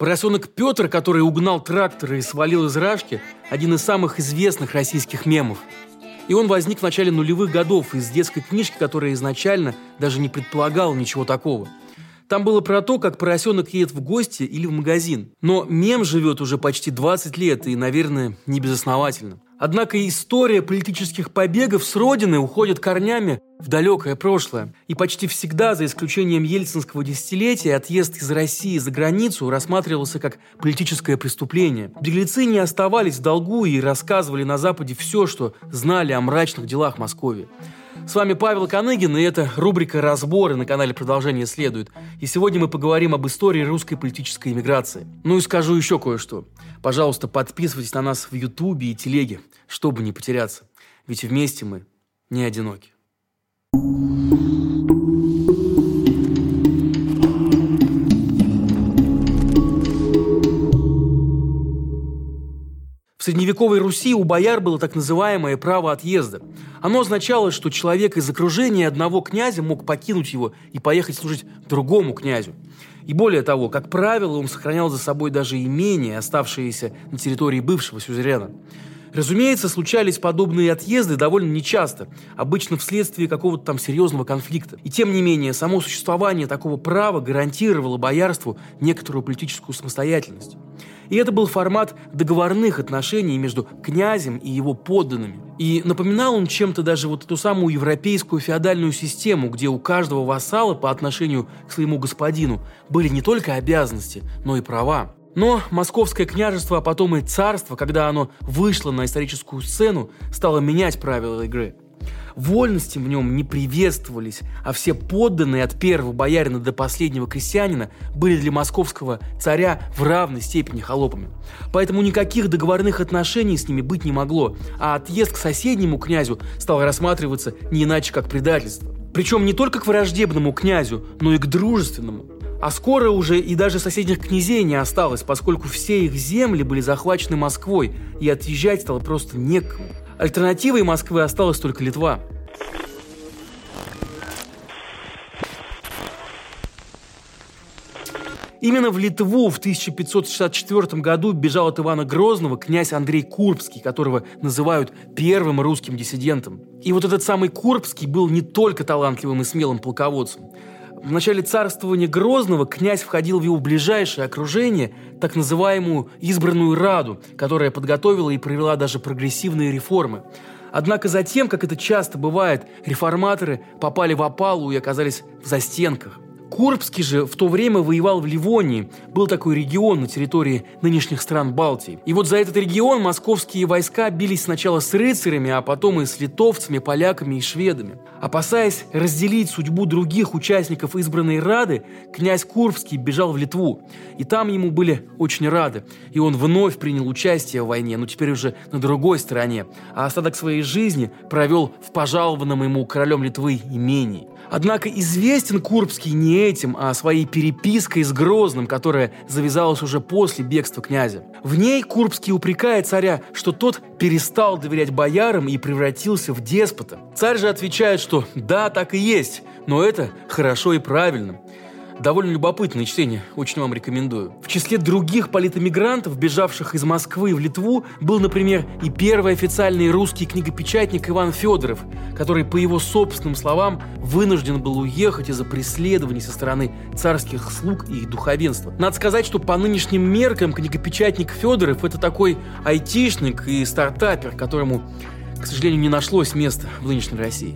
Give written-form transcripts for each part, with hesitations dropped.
Поросенок Петр, который угнал трактор и свалил из Рашки, один из самых известных российских мемов. И он возник в начале нулевых годов из детской книжки, которая изначально даже не предполагала ничего такого. Там было про то, как поросенок едет в гости или в магазин. Но мем живет уже почти 20 лет и, наверное, не безосновательно. Однако история политических побегов с родины уходит корнями в далекое прошлое. И почти всегда, за исключением ельцинского десятилетия, отъезд из России за границу рассматривался как политическое преступление. Беглецы не оставались в долгу и рассказывали на Западе все, что знали о мрачных делах Москвы. С вами Павел Коныгин, и это рубрика «Разборы» на канале «Продолжение следует». И сегодня мы поговорим об истории русской политической эмиграции. Ну и скажу еще кое-что. Пожалуйста, подписывайтесь на нас в Ютубе и Телеге, чтобы не потеряться. Ведь вместе мы не одиноки. В средневековой Руси у бояр было так называемое право отъезда. Оно означало, что человек из окружения одного князя мог покинуть его и поехать служить другому князю. И более того, как правило, он сохранял за собой даже имения, оставшиеся на территории бывшего сюзерена. Разумеется, случались подобные отъезды довольно нечасто, обычно вследствие какого-то там серьезного конфликта. И тем не менее, само существование такого права гарантировало боярству некоторую политическую самостоятельность. И это был формат договорных отношений между князем и его подданными. И напоминал он чем-то даже вот эту самую европейскую феодальную систему, где у каждого вассала по отношению к своему господину были не только обязанности, но и права. Но московское княжество, а потом и царство, когда оно вышло на историческую сцену, стало менять правила игры. Вольности в нем не приветствовались, а все подданные от первого боярина до последнего крестьянина были для московского царя в равной степени холопами. Поэтому никаких договорных отношений с ними быть не могло, а отъезд к соседнему князю стал рассматриваться не иначе, как предательство. Причем не только к враждебному князю, но и к дружественному. А скоро уже и даже соседних князей не осталось, поскольку все их земли были захвачены Москвой, и отъезжать стало просто некому. Альтернативой Москвы осталась только Литва. Именно в Литву в 1564 году бежал от Ивана Грозного князь Андрей Курбский, которого называют первым русским диссидентом. И вот этот самый Курбский был не только талантливым и смелым полководцем. В начале царствования Грозного князь входил в его ближайшее окружение, так называемую избранную Раду, которая подготовила и провела даже прогрессивные реформы. Однако затем, как это часто бывает, реформаторы попали в опалу и оказались в застенках. Курбский же в то время воевал в Ливонии. Был такой регион на территории нынешних стран Балтии. И вот за этот регион московские войска бились сначала с рыцарями, а потом и с литовцами, поляками и шведами. Опасаясь разделить судьбу других участников избранной Рады, князь Курбский бежал в Литву. И там ему были очень рады. И он вновь принял участие в войне, но теперь уже на другой стороне. А остаток своей жизни провел в пожалованном ему королем Литвы имении. Однако известен Курбский не этим, а своей перепиской с Грозным, которая завязалась уже после бегства князя. В ней Курбский упрекает царя, что тот перестал доверять боярам и превратился в деспота. Царь же отвечает, что да, так и есть, но это хорошо и правильно. Довольно любопытное чтение, очень вам рекомендую. В числе других политэмигрантов, бежавших из Москвы в Литву, был, например, и первый официальный русский книгопечатник Иван Федоров, который, по его собственным словам, вынужден был уехать из-за преследований со стороны царских слуг и их духовенства. Надо сказать, что по нынешним меркам книгопечатник Федоров – это такой айтишник и стартапер, которому, к сожалению, не нашлось места в нынешней России.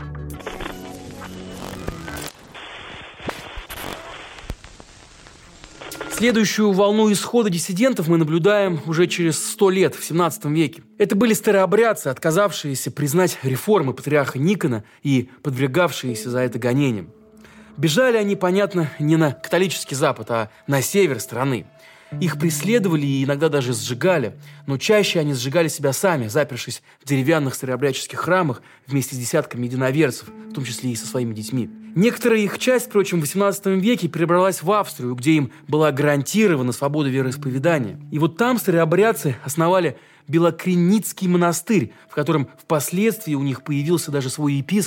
Следующую волну исхода диссидентов мы наблюдаем уже через 100 лет, в 17 веке. Это были старообрядцы, отказавшиеся признать реформы патриарха Никона и подвергавшиеся за это гонениям. Бежали они, понятно, не на католический Запад, а на север страны. Их преследовали и иногда даже сжигали, но чаще они сжигали себя сами, запершись в деревянных старообрядческих храмах вместе с десятками единоверцев, в том числе и со своими детьми. Некоторая их часть, впрочем, в XVIII веке перебралась в Австрию, где им была гарантирована свобода вероисповедания. И вот там старообрядцы основали Белокреницкий монастырь, в котором впоследствии у них появился даже свой епископ.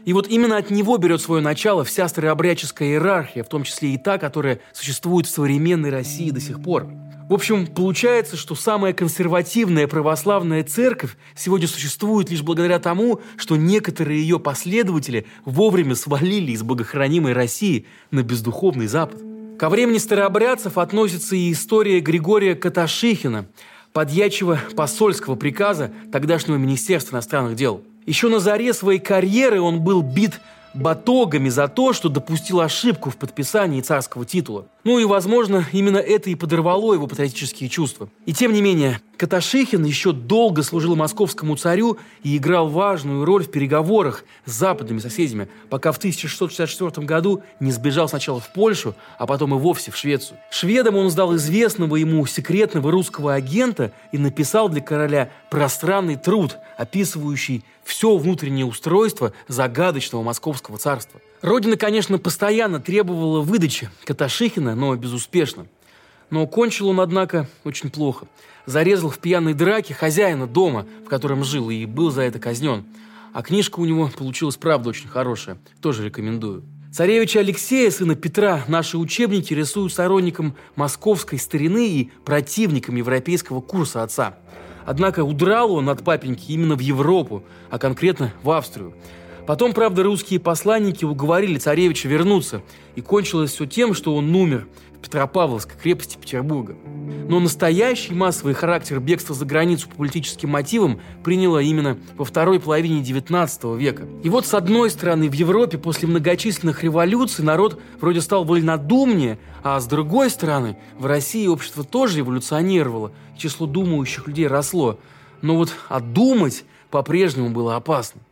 И вот именно от него берет свое начало вся старообрядческая иерархия, в том числе и та, которая существует в современной России до сих пор. В общем, получается, что самая консервативная православная церковь сегодня существует лишь благодаря тому, что некоторые ее последователи вовремя свалили из богохранимой России на бездуховный Запад. Ко времени старообрядцев относится и история Григория Каташихина, подьячего посольского приказа тогдашнего Министерства иностранных дел. Еще на заре своей карьеры он был бит батогами за то, что допустил ошибку в подписании царского титула. Ну и, возможно, именно это и подорвало его патриотические чувства. И тем не менее, Каташихин еще долго служил московскому царю и играл важную роль в переговорах с западными соседями, пока в 1664 году не сбежал сначала в Польшу, а потом и вовсе в Швецию. Шведам он сдал известного ему секретного русского агента и написал для короля пространный труд, описывающий все внутреннее устройство загадочного московского царства. Родина, конечно, постоянно требовала выдачи Каташихина, но безуспешно. Но кончил он, однако, очень плохо. Зарезал в пьяной драке хозяина дома, в котором жил, и был за это казнен. А книжка у него получилась, правда, очень хорошая. Тоже рекомендую. Царевича Алексея, сына Петра, наши учебники рисуют сторонником московской старины и противником европейского курса отца. Однако удрал он от папеньки именно в Европу, а конкретно в Австрию. Потом, правда, русские посланники уговорили царевича вернуться, и кончилось все тем, что он умер в Петропавловской крепости Петербурга. Но настоящий массовый характер бегства за границу по политическим мотивам приняло именно во второй половине XIX века. И вот, с одной стороны, в Европе после многочисленных революций народ вроде стал вольнодумнее, а с другой стороны, в России общество тоже эволюционировало, число думающих людей росло. Но вот думать по-прежнему было опасно.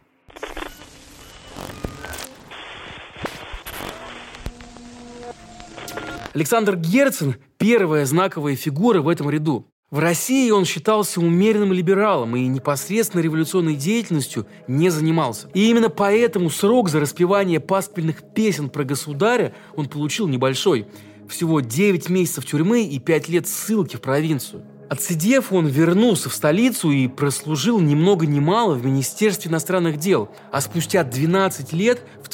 Александр Герцен – первая знаковая фигура в этом ряду. В России он считался умеренным либералом и непосредственно революционной деятельностью не занимался. И именно поэтому срок за распевание пасквильных песен про государя он получил небольшой – всего 9 месяцев тюрьмы и 5 лет ссылки в провинцию. Отсидев, он вернулся в столицу и прослужил ни много ни мало в Министерстве иностранных дел, а спустя 12 лет, в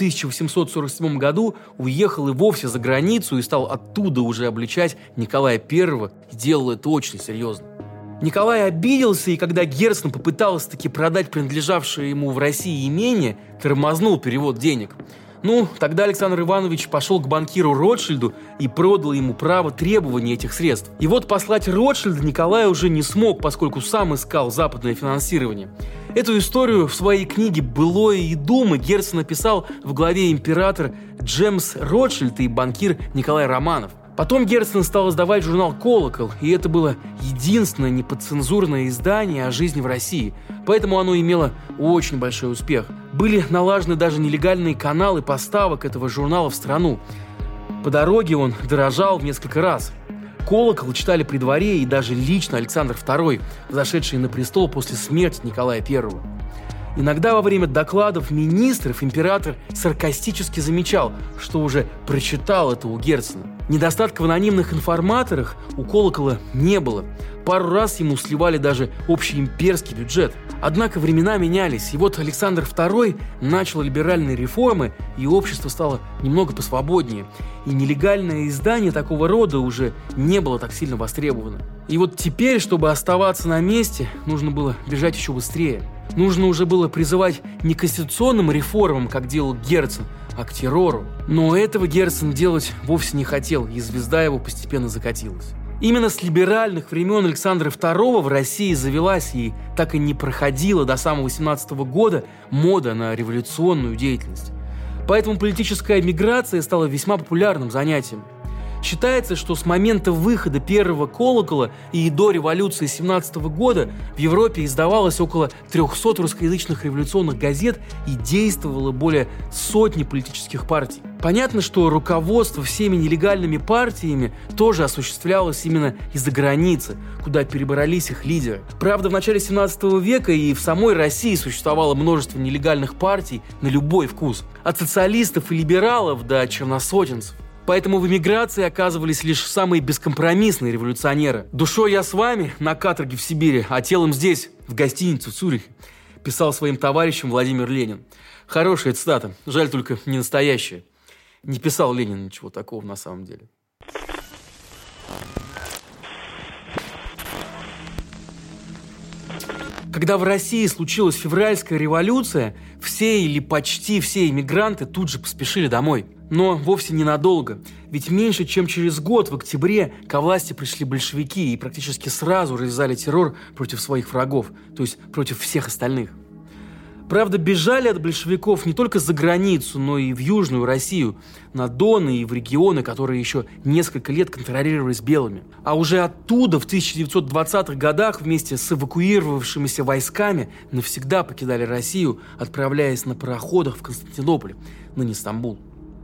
1847 году, уехал и вовсе за границу и стал оттуда уже обличать Николая I, и делал это очень серьезно. Николай обиделся, и когда Герцен попытался таки продать принадлежавшее ему в России имение, тормознул перевод денег. Тогда Александр Иванович пошел к банкиру Ротшильду и продал ему право требования этих средств. И вот послать Ротшильда Николай уже не смог, поскольку сам искал западное финансирование. Эту историю в своей книге «Былое и думы» Герцен написал в главе «Император Джемс Ротшильд и банкир Николай Романов». Потом Герцен стал издавать журнал «Колокол», и это было единственное неподцензурное издание о жизни в России, поэтому оно имело очень большой успех. Были налажены даже нелегальные каналы поставок этого журнала в страну. По дороге он дорожал в несколько раз. «Колокол» читали при дворе и даже лично Александр II, взошедший на престол после смерти Николая I. Иногда во время докладов министров император саркастически замечал, что уже прочитал это у Герцена. Недостатка в анонимных информаторах у «Колокола» не было. Пару раз ему сливали даже общеимперский бюджет. Однако времена менялись, и вот Александр II начал либеральные реформы, и общество стало немного посвободнее. И нелегальное издание такого рода уже не было так сильно востребовано. И вот теперь, чтобы оставаться на месте, нужно было бежать еще быстрее. Нужно уже было призывать не к конституционным реформам, как делал Герцен, а к террору. Но этого Герцен делать вовсе не хотел, и звезда его постепенно закатилась. Именно с либеральных времен Александра II в России завелась и так и не проходила до самого 18 года мода на революционную деятельность. Поэтому политическая миграция стала весьма популярным занятием. Считается, что с момента выхода первого «Колокола» и до революции 17 года в Европе издавалось около 300 русскоязычных революционных газет и действовало более сотни политических партий. Понятно, что руководство всеми нелегальными партиями тоже осуществлялось именно из-за границы, куда перебрались их лидеры. Правда, в начале 17 века и в самой России существовало множество нелегальных партий на любой вкус. От социалистов и либералов до черносотенцев. Поэтому в эмиграции оказывались лишь самые бескомпромиссные революционеры. Душой я с вами на каторге в Сибири, а телом здесь, в гостинице в Цюрихе. писал своим товарищам Владимир Ленин. Хорошая цитата, жаль только не настоящая. Не писал Ленин ничего такого на самом деле. Когда в России случилась февральская революция, все или почти все иммигранты тут же поспешили домой. Но вовсе ненадолго, ведь меньше чем через год, в октябре, ко власти пришли большевики и практически сразу развязали террор против своих врагов, то есть против всех остальных. Правда, бежали от большевиков не только за границу, но и в Южную Россию, на Дон и в регионы, которые еще несколько лет контролировались белыми. А уже оттуда в 1920-х годах вместе с эвакуировавшимися войсками навсегда покидали Россию, отправляясь на пароходах в Константинополь, ныне Стамбул.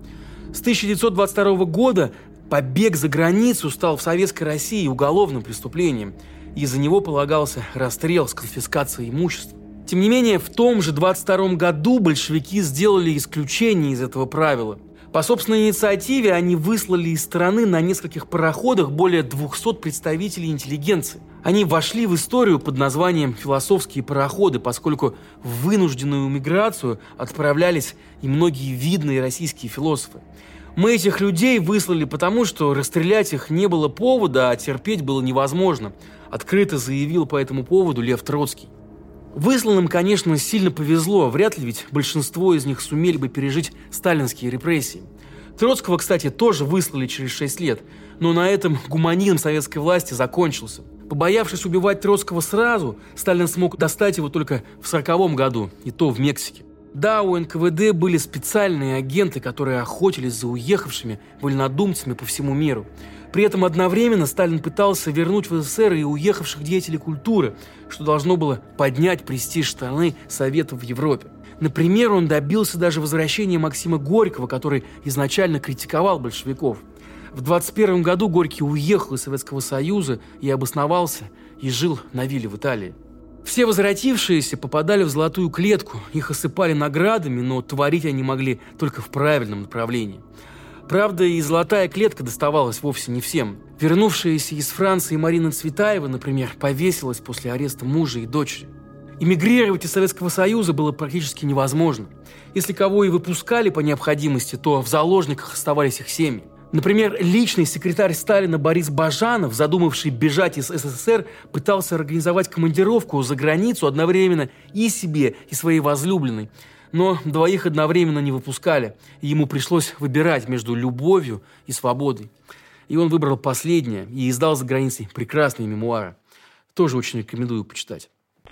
С 1922 года побег за границу стал в Советской России уголовным преступлением, и за него полагался расстрел с конфискацией имущества. Тем не менее, в том же 1922 году большевики сделали исключение из этого правила. По собственной инициативе они выслали из страны на нескольких пароходах более 200 представителей интеллигенции. Они вошли в историю под названием «философские пароходы», поскольку в вынужденную миграцию отправлялись и многие видные российские философы. Мы этих людей выслали потому, что расстрелять их не было повода, а терпеть было невозможно, открыто заявил по этому поводу Лев Троцкий. Высланным, конечно, сильно повезло, вряд ли ведь большинство из них сумели бы пережить сталинские репрессии. Троцкого, кстати, тоже выслали через 6 лет, но на этом гуманизм советской власти закончился. Побоявшись убивать Троцкого сразу, Сталин смог достать его только в 1940 году, и то в Мексике. Да, у НКВД были специальные агенты, которые охотились за уехавшими вольнодумцами по всему миру. При этом одновременно Сталин пытался вернуть в СССР и уехавших деятелей культуры, что должно было поднять престиж страны Советов в Европе. Например, он добился даже возвращения Максима Горького, который изначально критиковал большевиков. В 1921 году Горький уехал из Советского Союза и обосновался, и жил на вилле в Италии. Все возвратившиеся попадали в золотую клетку, их осыпали наградами, но творить они могли только в правильном направлении. Правда, и золотая клетка доставалась вовсе не всем. Вернувшаяся из Франции Марина Цветаева, например, повесилась после ареста мужа и дочери. Эмигрировать из Советского Союза было практически невозможно. Если кого и выпускали по необходимости, то в заложниках оставались их семьи. Например, личный секретарь Сталина Борис Бажанов, задумавший бежать из СССР, пытался организовать командировку за границу одновременно и себе, и своей возлюбленной. Но двоих одновременно не выпускали, и ему пришлось выбирать между любовью и свободой. И он выбрал последнее и издал за границей прекрасные мемуары. Тоже очень рекомендую почитать.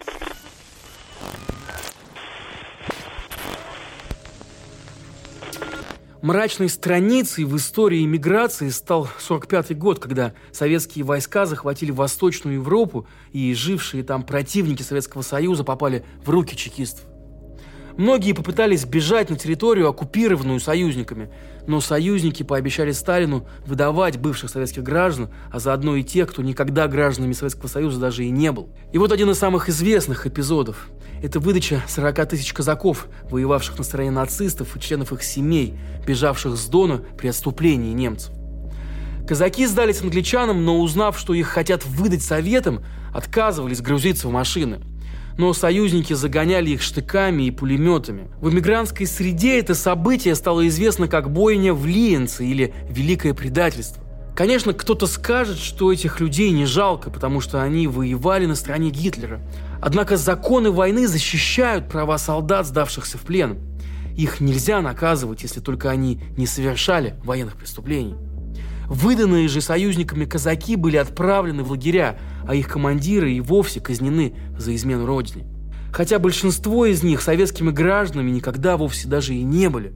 Мрачной страницей в истории эмиграции стал 1945 год, когда советские войска захватили Восточную Европу, и жившие там противники Советского Союза попали в руки чекистов. Многие попытались бежать на территорию, оккупированную союзниками, но союзники пообещали Сталину выдавать бывших советских граждан, а заодно и тех, кто никогда гражданами Советского Союза даже и не был. И вот один из самых известных эпизодов – это выдача 40 тысяч казаков, воевавших на стороне нацистов и членов их семей, бежавших с Дона при отступлении немцев. Казаки сдались англичанам, но узнав, что их хотят выдать советам, отказывались грузиться в машины. Но союзники загоняли их штыками и пулеметами. В эмигрантской среде это событие стало известно как бойня в Лиенце или Великое предательство. Конечно, кто-то скажет, что этих людей не жалко, потому что они воевали на стороне Гитлера. Однако законы войны защищают права солдат, сдавшихся в плен. Их нельзя наказывать, если только они не совершали военных преступлений. Выданные же союзниками казаки были отправлены в лагеря, а их командиры и вовсе казнены за измену родине. Хотя большинство из них советскими гражданами никогда вовсе даже и не были.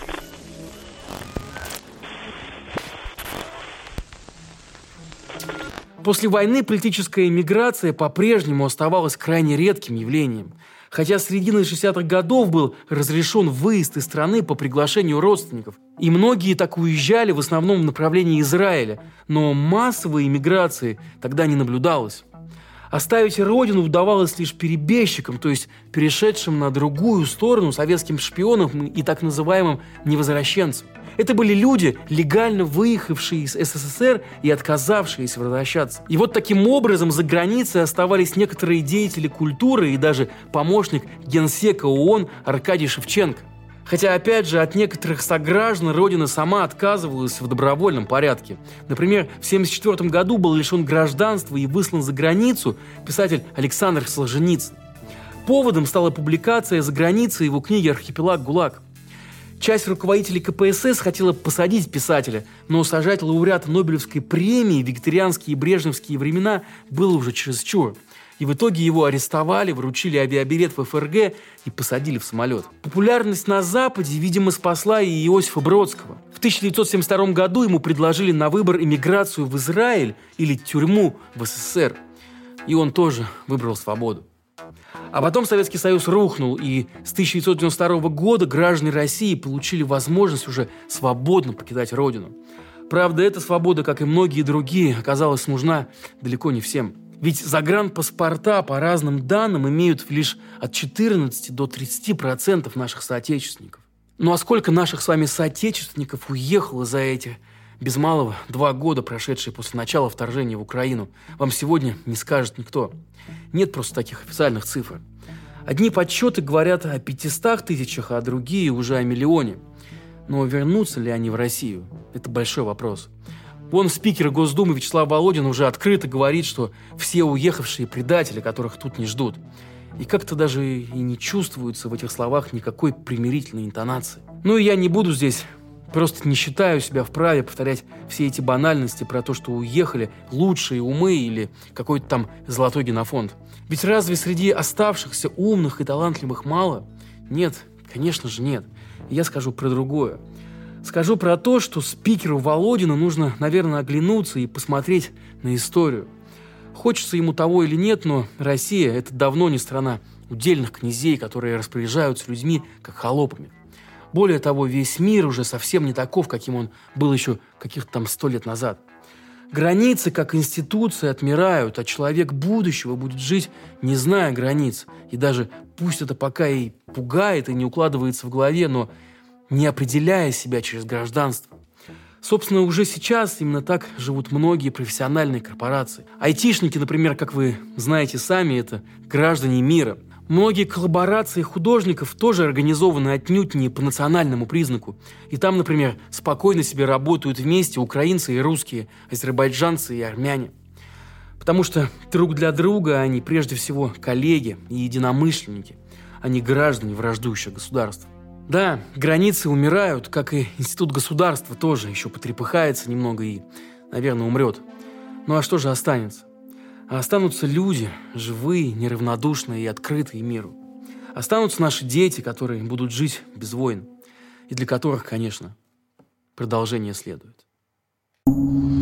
После войны политическая эмиграция по-прежнему оставалась крайне редким явлением. Хотя с середины 60-х годов был разрешен выезд из страны по приглашению родственников. И многие так уезжали в основном в направлении Израиля, но массовой эмиграции тогда не наблюдалось. Оставить родину удавалось лишь перебежчикам, то есть перешедшим на другую сторону советским шпионам и так называемым невозвращенцам. Это были люди, легально выехавшие из СССР и отказавшиеся возвращаться. И вот таким образом за границей оставались некоторые деятели культуры и даже помощник генсека ООН Аркадий Шевченко. Хотя, опять же, от некоторых сограждан Родина сама отказывалась в добровольном порядке. Например, в 1974 году был лишен гражданства и выслан за границу писатель Александр Солженицын. Поводом стала публикация за границей его книги «Архипелаг ГУЛАГ». Часть руководителей КПСС хотела посадить писателя, но сажать лауреата Нобелевской премии в викторианские и брежневские времена было уже чересчур. И в итоге его арестовали, вручили авиабилет в ФРГ и посадили в самолет. Популярность на Западе, видимо, спасла и Иосифа Бродского. В 1972 году ему предложили на выбор эмиграцию в Израиль или тюрьму в СССР. И он тоже выбрал свободу. А потом Советский Союз рухнул, и с 1992 года граждане России получили возможность уже свободно покидать родину. Правда, эта свобода, как и многие другие, оказалась нужна далеко не всем. Ведь загранпаспорта, по разным данным, имеют лишь от 14 до 30% наших соотечественников. Ну а сколько наших с вами соотечественников уехало за эти, без малого, 2 года, прошедшие после начала вторжения в Украину, вам сегодня не скажет никто. Нет просто таких официальных цифр. Одни подсчеты говорят о 500 тысячах, а другие уже о миллионе. Но вернутся ли они в Россию? Это большой вопрос. Вон спикер Госдумы Вячеслав Володин уже открыто говорит, что все уехавшие предатели, которых тут не ждут. И как-то даже и не чувствуется в этих словах никакой примирительной интонации. Ну и я не буду здесь, просто не считаю себя вправе повторять все эти банальности про то, что уехали лучшие умы или какой-то там золотой генофонд. Ведь разве среди оставшихся умных и талантливых мало? Нет, конечно же нет. И я скажу про другое. Скажу про то, что спикеру Володину нужно, наверное, оглянуться и посмотреть на историю. Хочется ему того или нет, но Россия – это давно не страна удельных князей, которые распоряжаются людьми как холопами. Более того, весь мир уже совсем не таков, каким он был еще каких-то там 100 лет назад. Границы, как институции, отмирают, а человек будущего будет жить, не зная границ. И даже пусть это пока и пугает, и не укладывается в голове, но не определяя себя через гражданство. Собственно, уже сейчас именно так живут многие профессиональные корпорации. Айтишники, например, как вы знаете сами, это граждане мира. Многие коллаборации художников тоже организованы отнюдь не по национальному признаку. И там, например, спокойно себе работают вместе украинцы и русские, азербайджанцы и армяне. Потому что друг для друга они прежде всего коллеги и единомышленники, а не граждане враждующих государств. Да, границы умирают, как и институт государства тоже еще потрепыхается немного и, наверное, умрет. Ну а что же останется? А останутся люди, живые, неравнодушные и открытые миру. Останутся наши дети, которые будут жить без войн. И для которых, конечно, продолжение следует.